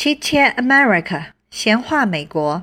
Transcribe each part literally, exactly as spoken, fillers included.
Chit Chat America 闲话美国。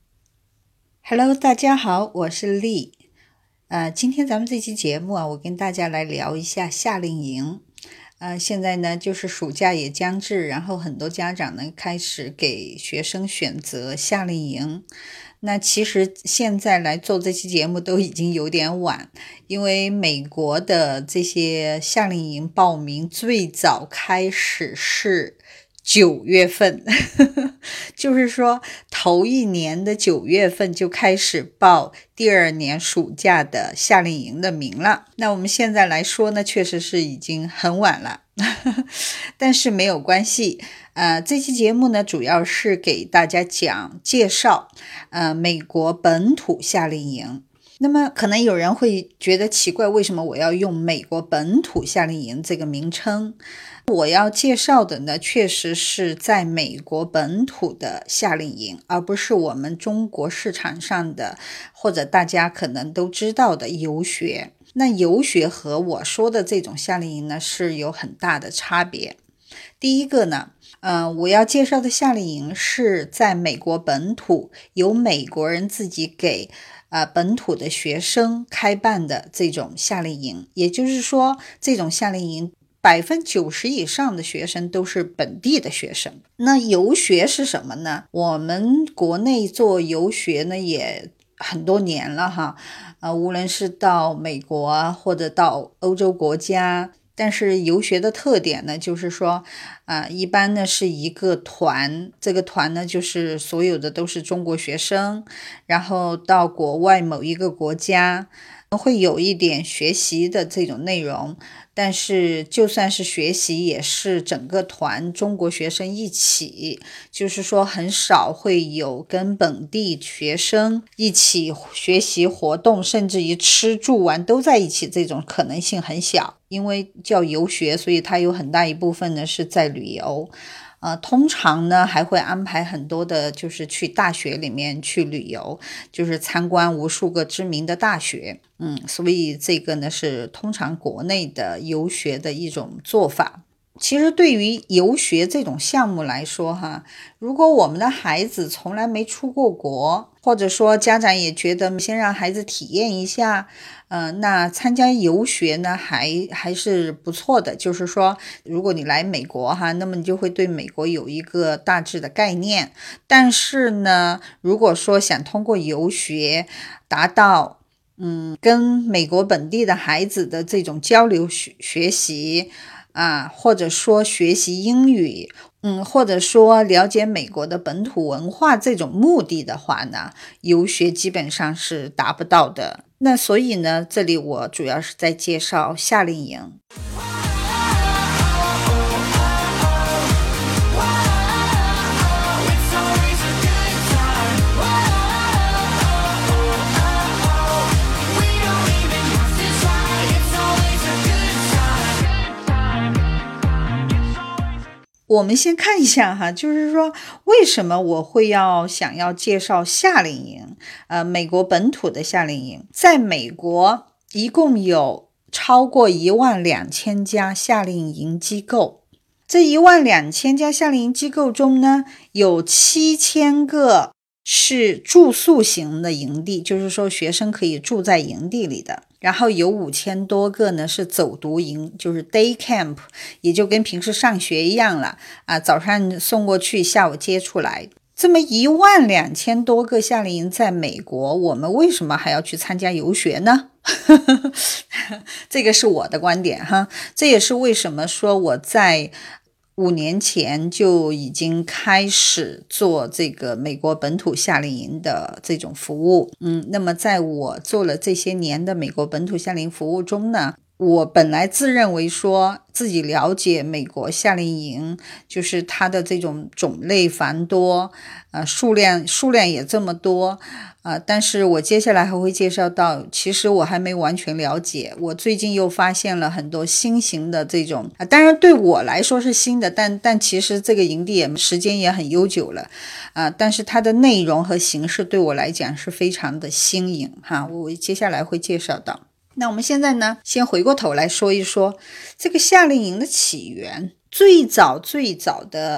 Hello， 大家好，我是丽。呃，今天咱们这期节目啊，我跟大家来聊一下夏令营。呃，现在呢就是暑假也将至，然后很多家长呢开始给学生选择夏令营。那其实现在来做这期节目都已经有点晚，因为美国的这些夏令营报名最早开始是九月份就是说头一年的九月份就开始报第二年暑假的夏令营的名了。那我们现在来说呢，确实是已经很晚了但是没有关系。呃，这期节目呢主要是给大家讲介绍呃美国本土夏令营。那么可能有人会觉得奇怪，为什么我要用美国本土夏令营这个名称？我要介绍的呢，确实是在美国本土的夏令营，而不是我们中国市场上的，或者大家可能都知道的游学。那游学和我说的这种夏令营呢，是有很大的差别。第一个呢，呃，我要介绍的夏令营是在美国本土，由美国人自己给呃本土的学生开办的这种夏令营。也就是说，这种夏令营百分之九十以上的学生都是本地的学生。那游学是什么呢？我们国内做游学呢也很多年了哈，呃，无论是到美国啊，或者到欧洲国家。但是游学的特点呢，就是说啊、呃，一般呢是一个团，这个团呢就是所有的都是中国学生，然后到国外某一个国家，会有一点学习的这种内容。但是就算是学习，也是整个团中国学生一起，就是说很少会有跟本地学生一起学习活动，甚至于吃住玩都在一起，这种可能性很小。因为叫游学，所以它有很大一部分呢是在旅游。呃，通常呢还会安排很多的，就是去大学里面去旅游，就是参观无数个知名的大学。嗯，所以这个呢是通常国内的游学的一种做法。其实对于游学这种项目来说哈，如果我们的孩子从来没出过国，或者说家长也觉得先让孩子体验一下，呃，那参加游学呢还还是不错的。就是说如果你来美国哈，那么你就会对美国有一个大致的概念。但是呢，如果说想通过游学达到嗯跟美国本地的孩子的这种交流学学习啊，或者说学习英语，嗯，或者说了解美国的本土文化这种目的的话呢，游学基本上是达不到的。那所以呢，这里我主要是在介绍夏令营。我们先看一下哈，就是说为什么我会要想要介绍夏令营，呃，美国本土的夏令营。在美国一共有超过一万两千家夏令营机构，这一万两千家夏令营机构中呢，有七千个是住宿型的营地，就是说学生可以住在营地里的。然后有五千多个呢是走读营，就是 day camp， 也就跟平时上学一样了啊，早上送过去，下午接出来。这么一万两千多个夏令营在美国，我们为什么还要去参加游学呢？这个是我的观点哈，这也是为什么说我在五年前就已经开始做这个美国本土夏令营的这种服务。嗯，那么在我做了这些年的美国本土夏令营服务中呢，我本来自认为说自己了解美国夏令营，就是它的这种种类繁多，呃，数量数量也这么多，呃，但是我接下来还会介绍到，其实我还没完全了解。我最近又发现了很多新型的这种，啊，当然对我来说是新的，但但其实这个营地也时间也很悠久了，啊、呃，但是它的内容和形式对我来讲是非常的新颖哈，我接下来会介绍到。那我们现在呢，先回过头来说一说这个夏令营的起源。最早最早的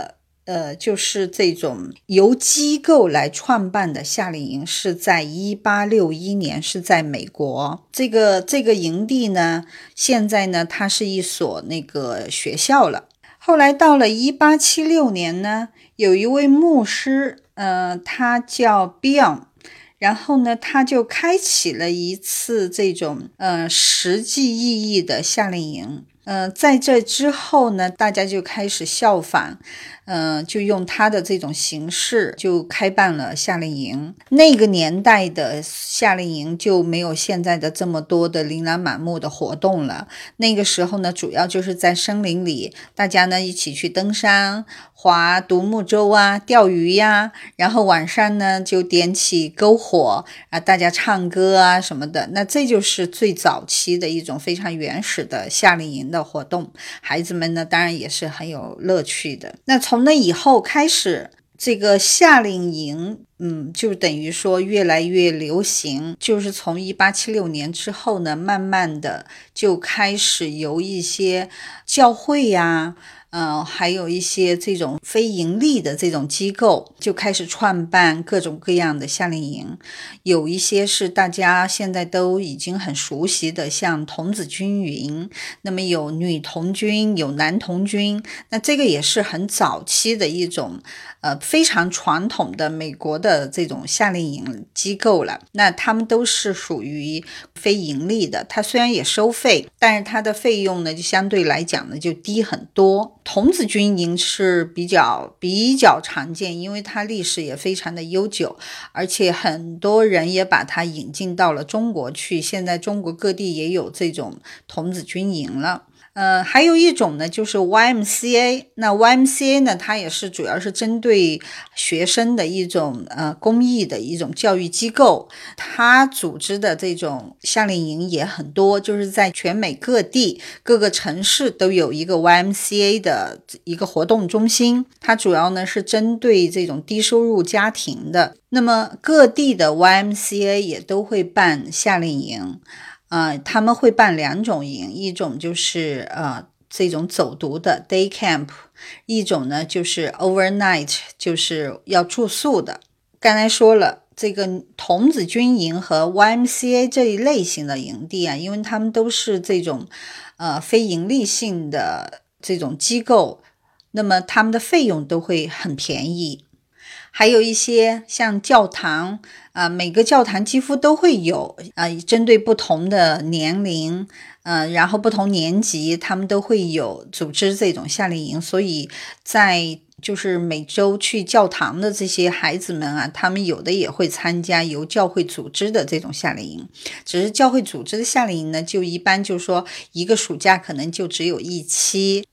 呃，就是这种由机构来创办的夏令营，是在一八六一年，是在美国。这个这个营地呢，现在呢，它是一所那个学校了。后来到了一八七六年呢，有一位牧师，呃，他叫 Bill， 然后呢，他就开启了一次这种呃实际意义的夏令营。呃，在这之后呢，大家就开始效仿，呃，就用他的这种形式就开办了夏令营。那个年代的夏令营就没有现在的这么多的琳琅满目的活动了。那个时候呢，主要就是在森林里，大家呢一起去登山、划独木舟啊、钓鱼呀，然后晚上呢就点起篝火啊，大家唱歌啊什么的。那这就是最早期的一种非常原始的夏令营的活动，孩子们呢当然也是很有乐趣的。那从那以后开始，这个夏令营嗯，就等于说越来越流行，就是从一八七六年之后呢，慢慢的就开始由一些教会呀、呃，还有一些这种非盈利的这种机构就开始创办各种各样的夏令营。有一些是大家现在都已经很熟悉的，像童子军营，那么有女童军，有男童军，那这个也是很早期的一种呃非常传统的美国的这种夏令营机构了。那他们都是属于非盈利的，它虽然也收费，但是它的费用呢就相对来讲呢就低很多。童子军营是比较比较常见，因为它历史也非常的悠久，而且很多人也把它引进到了中国去，现在中国各地也有这种童子军营了。呃，还有一种呢，就是 Y M C A。那 Y M C A 呢，它也是主要是针对学生的一种呃公益的一种教育机构，它组织的这种夏令营也很多，就是在全美各地各个城市都有一个 Y M C A 的一个活动中心，它主要呢是针对这种低收入家庭的。那么各地的 Y M C A 也都会办夏令营。呃，他们会办两种营，一种就是呃这种走读的 day camp， 一种呢就是 overnight， 就是要住宿的。刚才说了，这个童子军营和 Y M C A 这一类型的营地啊，因为他们都是这种呃非盈利性的这种机构，那么他们的费用都会很便宜。还有一些像教堂啊、呃，每个教堂几乎都会有啊、呃，针对不同的年龄，呃，然后不同年级，他们都会有组织这种夏令营。所以在就是每周去教堂的这些孩子们啊，他们有的也会参加由教会组织的这种夏令营。只是教会组织的夏令营呢，就一般就说一个暑假可能就只有一期。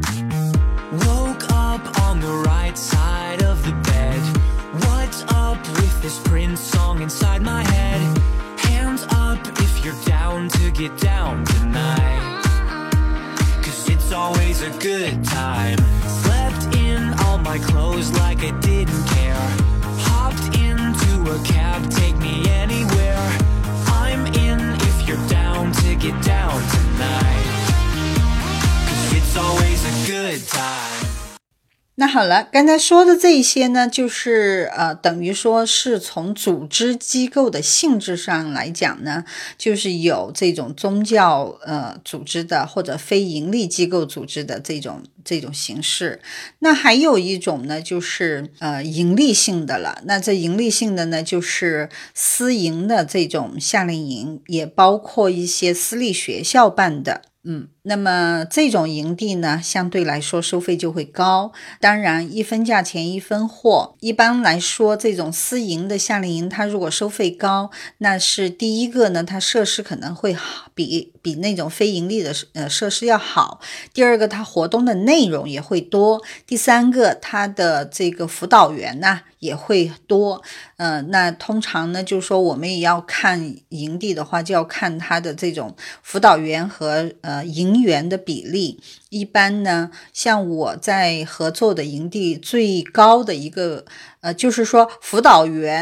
This Prince song inside my head. Hands up if you're down to get down tonight. Cause it's always a good time. Slept in all my clothes like I didn't care. Hopped into a cab, take me anywhere. I'm in if you're down to get down tonight. Cause it's always a good time. 那好了，刚才说的这些呢，就是呃，等于说是从组织机构的性质上来讲呢，就是有这种宗教呃组织的或者非盈利机构组织的这种这种形式。那还有一种呢，就是呃盈利性的了。那这盈利性的呢，就是私营的这种夏令营，也包括一些私立学校办的。嗯，那么这种营地呢，相对来说收费就会高。当然，一分价钱一分货。一般来说，这种私营的夏令营，它如果收费高，那是第一个呢，它设施可能会好，比比那种非盈利的呃设施要好。第二个，它活动的内容也会多。第三个，它的这个辅导员呢也会多。呃，那通常呢，就是说我们也要看营地的话，就要看它的这种辅导员和呃营员的比例。一般呢，像我在合作的营地最高的一个呃，就是说辅导员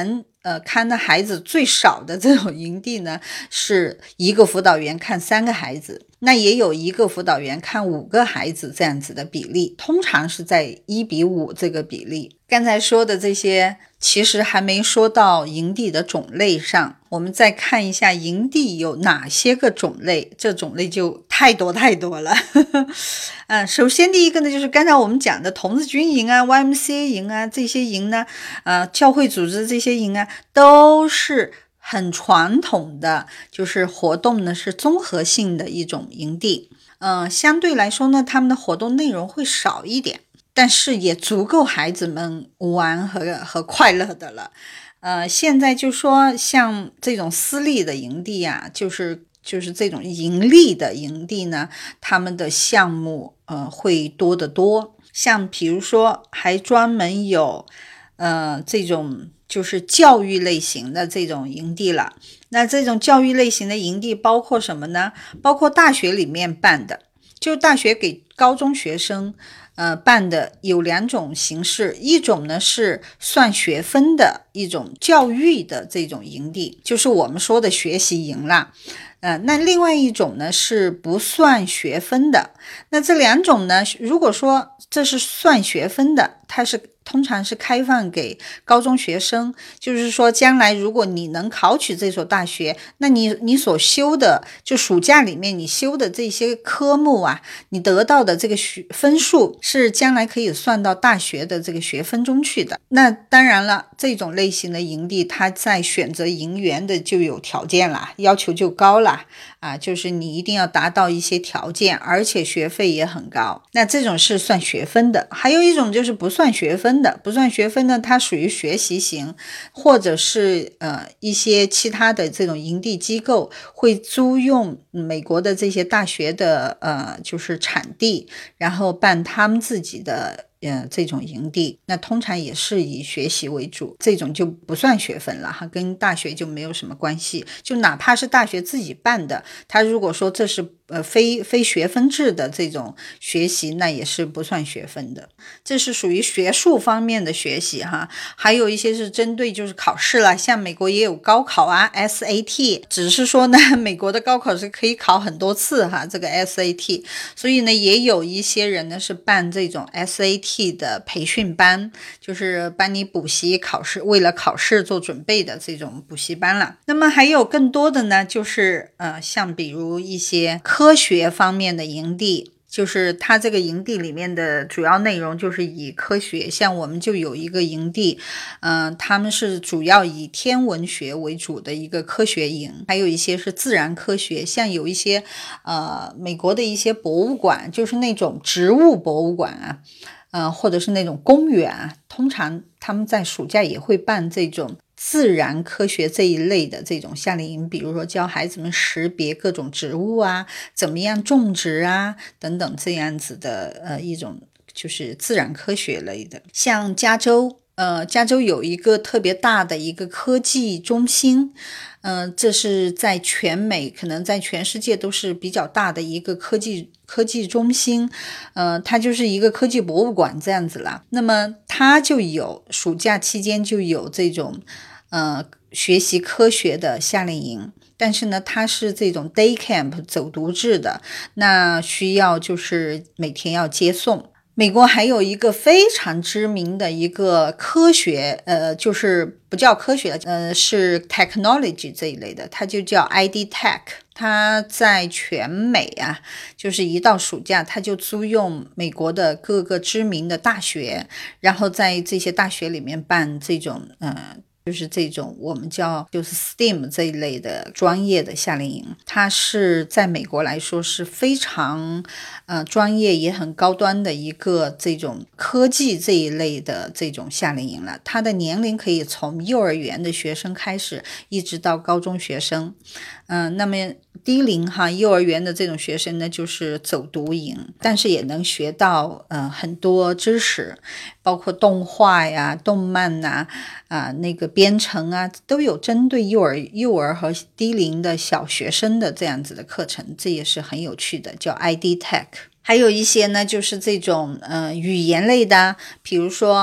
呃看的孩子最少的这种营地呢，是一个辅导员看三个孩子，那也有一个辅导员看五个孩子这样子的比例，通常是在一比五这个比例。刚才说的这些其实还没说到营地的种类上，我们再看一下营地有哪些个种类，这种类就太多太多了嗯，首先第一个呢，就是刚才我们讲的童子军营啊 Y M C A 营啊，这些营呢呃，教会组织这些营啊，都是很传统的，就是活动呢是综合性的一种营地。呃，相对来说呢，他们的活动内容会少一点，但是也足够孩子们玩和和快乐的了。呃，现在就说像这种私立的营地啊，就是就是这种盈利的营地呢，他们的项目呃会多得多。像比如说还专门有呃这种就是教育类型的这种营地了。那这种教育类型的营地包括什么呢？包括大学里面办的，就大学给高中学生呃办的有两种形式，一种呢是算学分的一种教育的这种营地，就是我们说的学习营啦。呃，那另外一种呢是不算学分的。那这两种呢，如果说这是算学分的，它是通常是开放给高中学生，就是说将来如果你能考取这所大学，那你你所修的就暑假里面你修的这些科目啊，你得到的这个学分数是将来可以算到大学的这个学分中去的。那当然了，这种类型的营地它在选择营员的就有条件啦，要求就高啦啊，就是你一定要达到一些条件，而且学费也很高。那这种是算学分的。还有一种就是不算学分的，不算学分的它属于学习型，或者是呃一些其他的这种营地机构会租用美国的这些大学的呃就是产地，然后办他们自己的呃，这种营地，那通常也是以学习为主，这种就不算学分了哈，跟大学就没有什么关系。就哪怕是大学自己办的，他如果说这是呃非非学分制的这种学习，那也是不算学分的。这是属于学术方面的学习哈。还有一些是针对就是考试了，像美国也有高考啊 S A T， 只是说呢，美国的高考是可以考很多次哈，这个 S A T， 所以呢，也有一些人呢是办这种 S A T的培训班，就是帮你补习考试，为了考试做准备的这种补习班了。那么还有更多的呢，就是呃，像比如一些科学方面的营地，就是它这个营地里面的主要内容就是以科学，像我们就有一个营地，嗯、呃，他们是主要以天文学为主的一个科学营，还有一些是自然科学，像有一些呃美国的一些博物馆，就是那种植物博物馆啊。呃，或者是那种公园啊，通常他们在暑假也会办这种自然科学这一类的这种夏令营，比如说教孩子们识别各种植物啊，怎么样种植啊，等等这样子的呃一种就是自然科学类的。像加州，呃，加州有一个特别大的一个科技中心。嗯、呃，这是在全美，可能在全世界都是比较大的一个科技科技中心，呃，它就是一个科技博物馆这样子啦。那么它就有暑假期间就有这种呃学习科学的夏令营，但是呢，它是这种 day camp 走读制的，那需要就是每天要接送。美国还有一个非常知名的一个科学，呃，就是不叫科学，呃，是 technology 这一类的，它就叫 I D Tech。它在全美啊，就是一到暑假，它就租用美国的各个知名的大学，然后在这些大学里面办这种，呃。就是这种我们叫就是 S T E M 这一类的专业的夏令营，它是在美国来说是非常呃专业也很高端的一个这种科技这一类的这种夏令营了。它的年龄可以从幼儿园的学生开始，一直到高中学生。嗯、呃，那么低龄哈幼儿园的这种学生呢，就是走读营，但是也能学到呃很多知识，包括动画呀、动漫呐、啊、呃、那个编程啊，都有针对幼儿幼儿和低龄的小学生的这样子的课程，这也是很有趣的，叫 I D Tech。还有一些呢，就是这种呃语言类的，比如说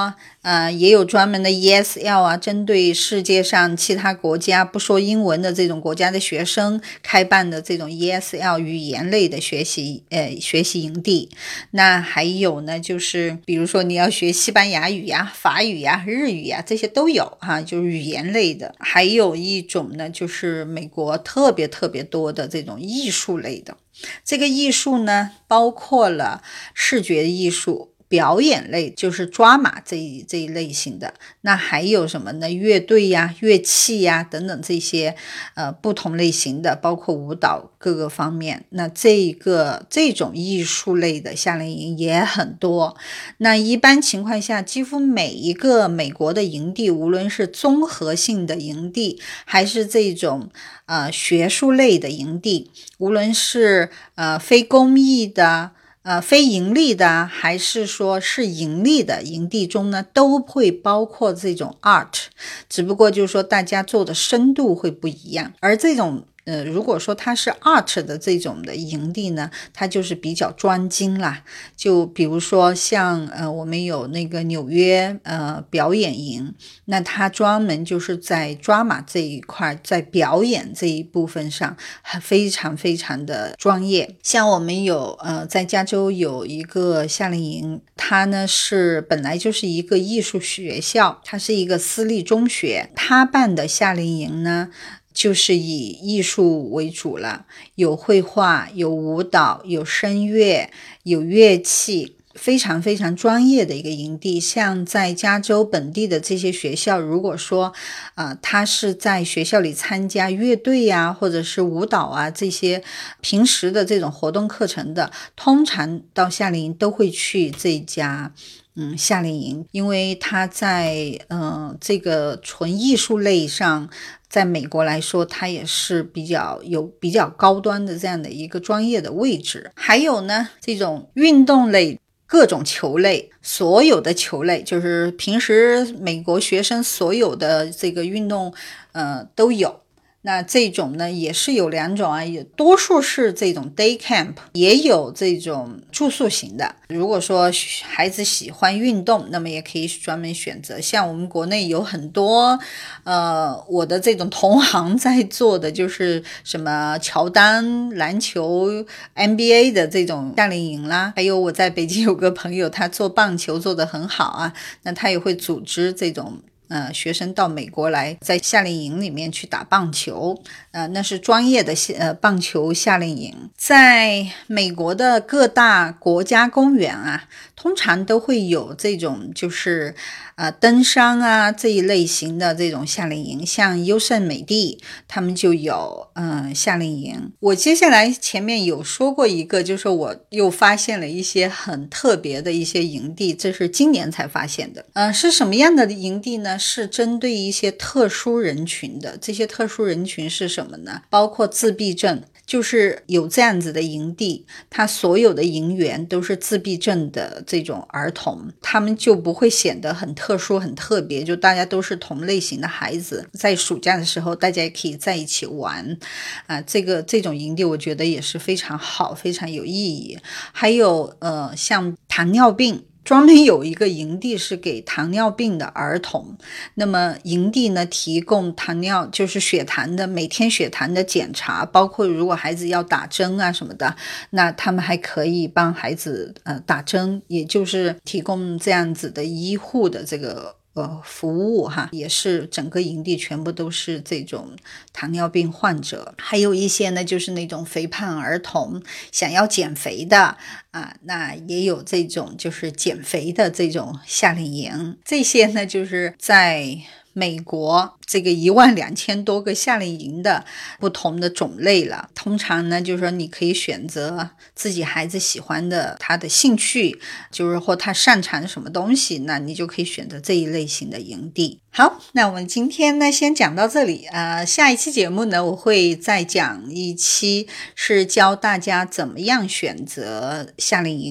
呃，也有专门的 E S L 啊，针对世界上其他国家不说英文的这种国家的学生开办的这种 E S L 语言类的学习呃学习营地。那还有呢，就是比如说你要学西班牙语呀、法语呀、日语呀，这些都有哈，就是语言类的。还有一种呢，就是美国特别特别多的这种艺术类的。这个艺术呢，包括了视觉艺术、表演类，就是 drama 这一这一类型的。那还有什么呢？乐队呀、乐器呀等等这些呃不同类型的，包括舞蹈各个方面。那这个这种艺术类的夏令营也很多。那一般情况下，几乎每一个美国的营地，无论是综合性的营地，还是这种呃学术类的营地，无论是呃非公益的呃，非盈利的还是说是盈利的营地中呢，都会包括这种 art， 只不过就是说大家做的深度会不一样。而这种呃，如果说它是 art 的这种的营地呢，它就是比较专精啦。就比如说像呃，我们有那个纽约呃表演营，那它专门就是在 drama 这一块，在表演这一部分上非常非常的专业。像我们有呃在加州有一个夏令营，它呢是本来就是一个艺术学校，它是一个私立中学，它办的夏令营呢就是以艺术为主了，有绘画，有舞蹈，有声乐，有乐器，非常非常专业的一个营地。像在加州本地的这些学校，如果说呃，他是在学校里参加乐队呀、啊，或者是舞蹈啊这些平时的这种活动课程的，通常到夏令营都会去这家嗯夏令营，因为他在呃这个纯艺术类上，在美国来说，它也是比较有比较高端的这样的一个专业的位置。还有呢，这种运动类，各种球类，所有的球类，就是平时美国学生所有的这个运动呃都有。那这种呢也是有两种啊，也多数是这种 day camp， 也有这种住宿型的。如果说孩子喜欢运动，那么也可以专门选择。像我们国内有很多呃，我的这种同行在做的就是什么乔丹篮球 N B A 的这种夏令营啦，还有我在北京有个朋友，他做棒球做得很好啊，那他也会组织这种呃，学生到美国来，在夏令营里面去打棒球，呃，那是专业的呃棒球夏令营。在美国的各大国家公园啊，通常都会有这种就是呃登山啊这一类型的这种夏令营，像优胜美地他们就有呃夏令营。我接下来前面有说过一个，就是我又发现了一些很特别的一些营地，这是今年才发现的。呃，是什么样的营地呢？是针对一些特殊人群的。这些特殊人群是什么呢？包括自闭症，就是有这样子的营地，他所有的营员都是自闭症的这种儿童，他们就不会显得很特殊很特别，就大家都是同类型的孩子，在暑假的时候大家也可以在一起玩啊，这个这种营地我觉得也是非常好，非常有意义。还有呃，像糖尿病，专门有一个营地是给糖尿病的儿童，那么营地呢提供糖尿就是血糖的每天血糖的检查，包括如果孩子要打针啊什么的，那他们还可以帮孩子呃打针，也就是提供这样子的医护的这个呃服务哈，也是整个营地全部都是这种糖尿病患者。还有一些呢就是那种肥胖儿童想要减肥的啊，那也有这种就是减肥的这种夏令营。这些呢就是在美国这个一万两千多个夏令营的不同的种类了。通常呢就是说你可以选择自己孩子喜欢的，他的兴趣就是或他擅长什么东西，那你就可以选择这一类型的营地。好，那我们今天呢先讲到这里，呃，下一期节目呢我会再讲一期是教大家怎么样选择夏令营。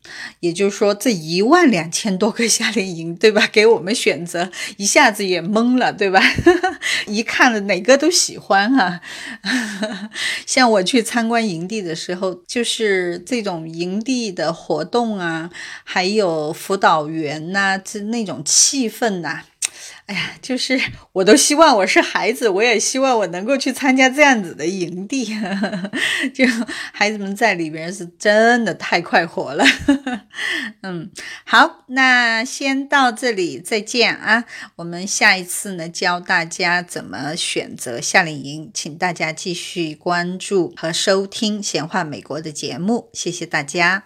也就是说这一万两千多个夏令营，对吧？给我们选择，一下子也懵了，对吧？一看了哪个都喜欢啊。像我去参观营地的时候，就是这种营地的活动啊，还有辅导员呐、啊，这那种气氛呐、啊。哎呀，就是我都希望我是孩子，我也希望我能够去参加这样子的营地。就孩子们在里边是真的太快活了。嗯，好，那先到这里，再见啊！我们下一次呢教大家怎么选择夏令营，请大家继续关注和收听闲话美国的节目，谢谢大家。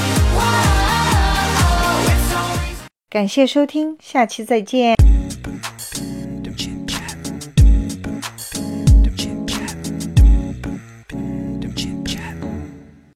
感谢收听，下期再见。